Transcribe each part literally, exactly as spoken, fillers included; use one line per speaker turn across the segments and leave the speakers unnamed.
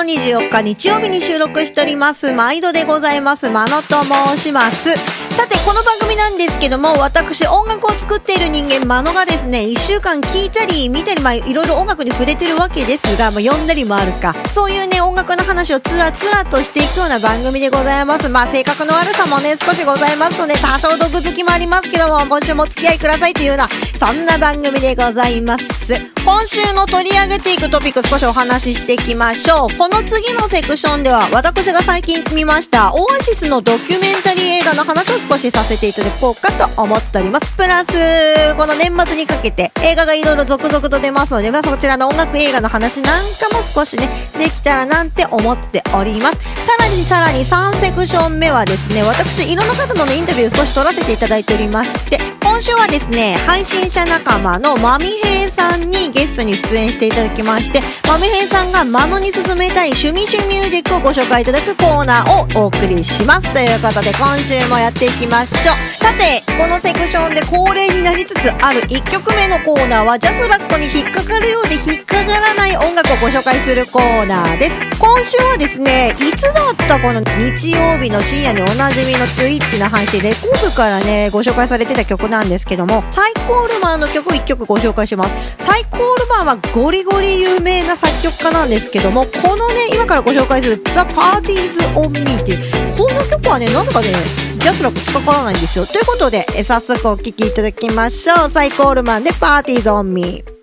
にじゅうよっか日曜日に収録しております毎度でございます。まのと申します。さてこの番組なんですけども、私音楽を作っている人間まのがですね、いっしゅうかん聴いたり見たり、まあいろいろ音楽に触れてるわけですが、まあ読んだりもあるか、そういうね音楽の話をつらつらとしていくような番組でございます。まあ性格の悪さもね少しございますので、多少毒好きもありますけども、今週もお付き合いくださいというようなそんな番組でございます。今週の取り上げていくトピック少しお話ししていきましょう。この次のセクションでは私が最近見ましたオアシスのドキュメンタリー映画の話を少しさせていただこうかと思っております。プラスこの年末にかけて映画がいろいろ続々と出ますので、まあ、そちらの音楽映画の話なんかも少しねできたらなんて思っております。さらにさらにさんセクション目はですね、私いろんな方のねインタビュー少し取らせていただいておりまして、今週はですね配信者仲間のまみへいさんにゲストに出演していただきまして、まみへいさんがまのに進めたい趣味趣ミュージックをご紹介いただくコーナーをお送りしますということで、今週もやっていきましょう。さてこのセクションで恒例になりつつあるいっきょくめのコーナーは、ジャスラックに引っかかるようで引っかからない音楽をご紹介するコーナーです。今週はですね、いつだったこの日曜日の深夜におなじみのツイッチな配信レコードからねご紹介されてた曲なんですけども、サイコールマンの曲をいっきょくご紹介します。サイコールマンはゴリゴリ有名な作曲家なんですけども、このね今からご紹介するザ・パーティーズ・オン・ミーっていうこの曲はねなぜかねジャスラック引っかからないんですよ。ということでえ早速お聴きいただきましょう。サイコールマンでパーティーズ・オン・ミー。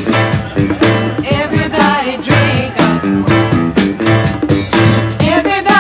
Everybody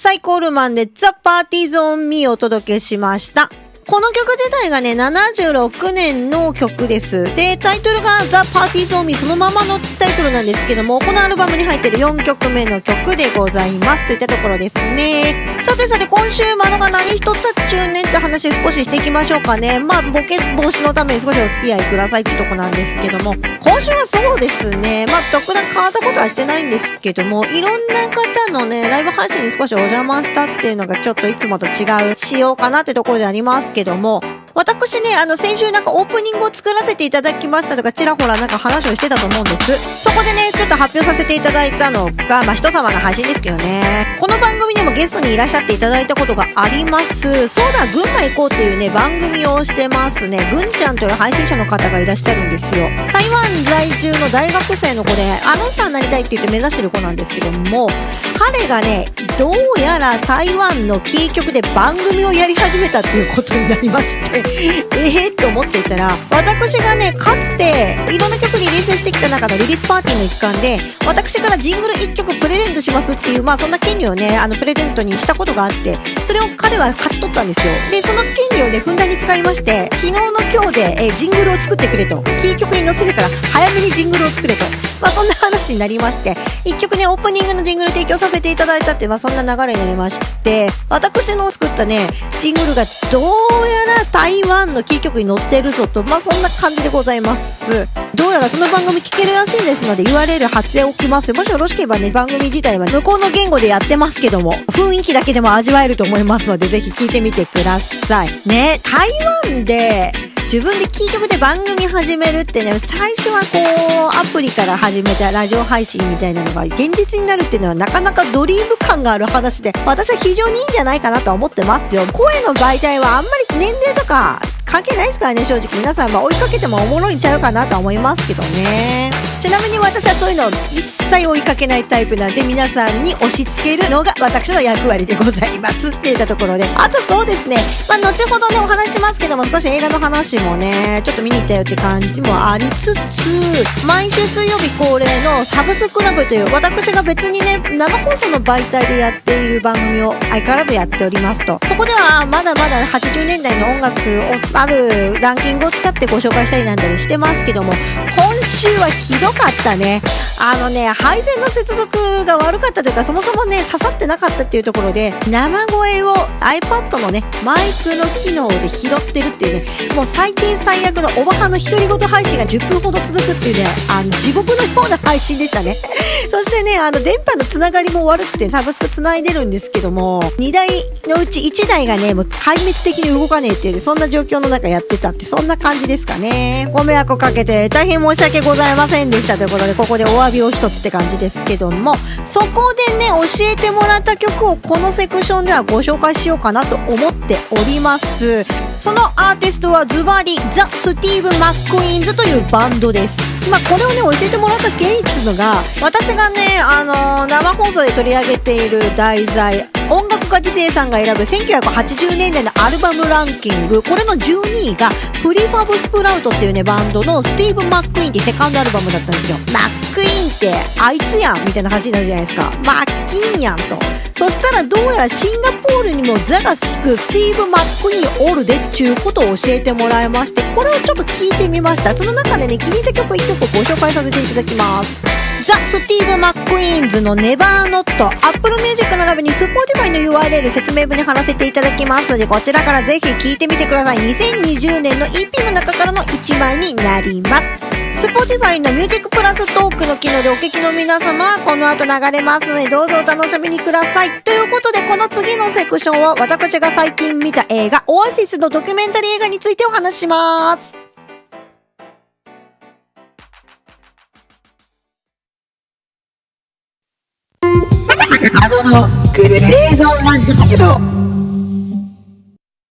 サイコールマンでザ・パーティーズ・オン・ミーをお届けしました。この曲自体がね、ななじゅうろくねんの曲です。で、タイトルがザ・パーティーズ・オン・ミーそのままのタイトルなんですけども、このアルバムに入っているよんきょくめの曲でございます。といったところですね。さてさて、今週、マノが何しとったっちゅうねんって話を少ししていきましょうかね。まあ、ボケ防止のために少しお付き合いくださいってとこなんですけども、今週はそうですね、まあ、特段変わったことはしてないんですけども、いろんな方のね、ライブ配信に少しお邪魔したっていうのがちょっといつもと違う仕様かなってところでありますけども、私ね、あの、先週なんかオープニングを作らせていただきましたとか、ちらほらなんか話をしてたと思うんです。そこでね、ちょっと発表させていただいたのが、まあ、人様の配信ですけどね。この番組でもゲストにいらっしゃっていただいたことがあります。そうだ、群馬行こうっていうね、番組をしてますね。ぐんちゃんという配信者の方がいらっしゃるんですよ。台湾在住の大学生の子で、アナウンサーになりたいって言って目指してる子なんですけども、彼がね、どうやら台湾のキー局で番組をやり始めたっていうことになりまして、ええー、と思っていたら、私がね、かつていろんな曲リリースしてきた中のリリースパーティーの一環で、私からジングルいっきょくプレゼントしますっていう、まあそんな権利をね、あのプレゼントにしたことがあって、それを彼は勝ち取ったんですよ。で、その権利をね、ふんだんに使いまして、昨日の今日で、えー、ジングルを作ってくれと、キー曲に載せるから早めにジングルを作れと、まあそんな話になりまして、いっきょくね、オープニングのジングル提供させていただいたって、まあそんな流れになりまして、私の作ったね、ジングルがどうやら台湾のキー曲に載ってるぞと、まあそんな感じでございます。どうやらその番組聞けるやすいですので ユーアールエル 貼っておきます。もしよろしければね、番組自体は向こうの言語でやってますけども、雰囲気だけでも味わえると思いますので、ぜひ聞いてみてください。ね、台湾で、自分でキー局で番組始めるってね、最初はこう、アプリから始めたラジオ配信みたいなのが現実になるっていうのはなかなかドリーム感がある話で、私は非常にいいんじゃないかなとは思ってますよ。声の媒体はあんまり年齢とか関係ないですからね、正直。皆さんは追いかけてもおもろいんちゃうかなとは思いますけどね。ちなみに私はそういうのを一切追いかけないタイプなんで、皆さんに押し付けるのが私の役割でございますって言ったところで、あとそうですね、まあ後ほどねお話しますけども、少し映画の話もねちょっと見に行ったよって感じもありつつ、毎週水曜日恒例のサブスクラブという私が別にね生放送の媒体でやっている番組を相変わらずやっておりますと、そこではまだまだはちじゅうねんだいの音楽をあるランキングを使ってご紹介したりなんだりしてますけども、今週はひどかったね。あのね、配線の接続が悪かったというか、そもそもね刺さってなかったっていうところで、生声を iPad のねマイクの機能で拾ってるっていうね、もう最低最悪のおばはんの独り言配信がじゅっぷんほど続くっていうね、あの地獄のような配信でしたね。そしてね、あの電波のつながりも悪くてサブスクつないでるんですけども、にだいのうちいちだいがねもう壊滅的に動かねえっていう、そんな状況の中やってたって、そんな感じですかね。ご迷惑をかけて大変申し訳ございませんでしたということで、ここでお詫びを一つって感じですけども、そこでね教えてもらった曲をこのセクションではご紹介しようかなと思っております。そのアーティストはズバリザ・スティーブ・マック・イーンズというバンドです。まあこれをね教えてもらった経緯っていうのが、私がねあのー、生放送で取り上げている題材、音楽家辞典さんが選ぶせんきゅうひゃくはちじゅうねんだいのアルバムランキング、これのじゅうにいがプリファブ・スプラウトっていうねバンドのスティーブ・マック・イーンってセカンドアルバムだったんですよ。マック・イーンってあいつやんみたいな話になるじゃないですか。マッキーンやんと。そしたらどうやらシンガポールにもザがつくスティーブ・マック・イーンおるでっちゅうことを教えてもらいまして、これをちょっと聞いてみました。その中でね気に入った曲いっきょくご紹介させていただきます。ザ・スティーブ・マック・イーンズのネバーノット、Apple Music 並びに Spotify の ユーアールエル 説明文に貼らせていただきますので、こちらからぜひ聴いてみてください。にせんにじゅうねんの イーピー の中からのいちまいになります。Spotify のミュージックプラストークの機能でお聞きの皆様はこの後流れますので、どうぞお楽しみにください。ということで、この次のセクションは私が最近見た映画オアシスのドキュメンタリー映画についてお話しします。
あののグレーゾンランドセクション。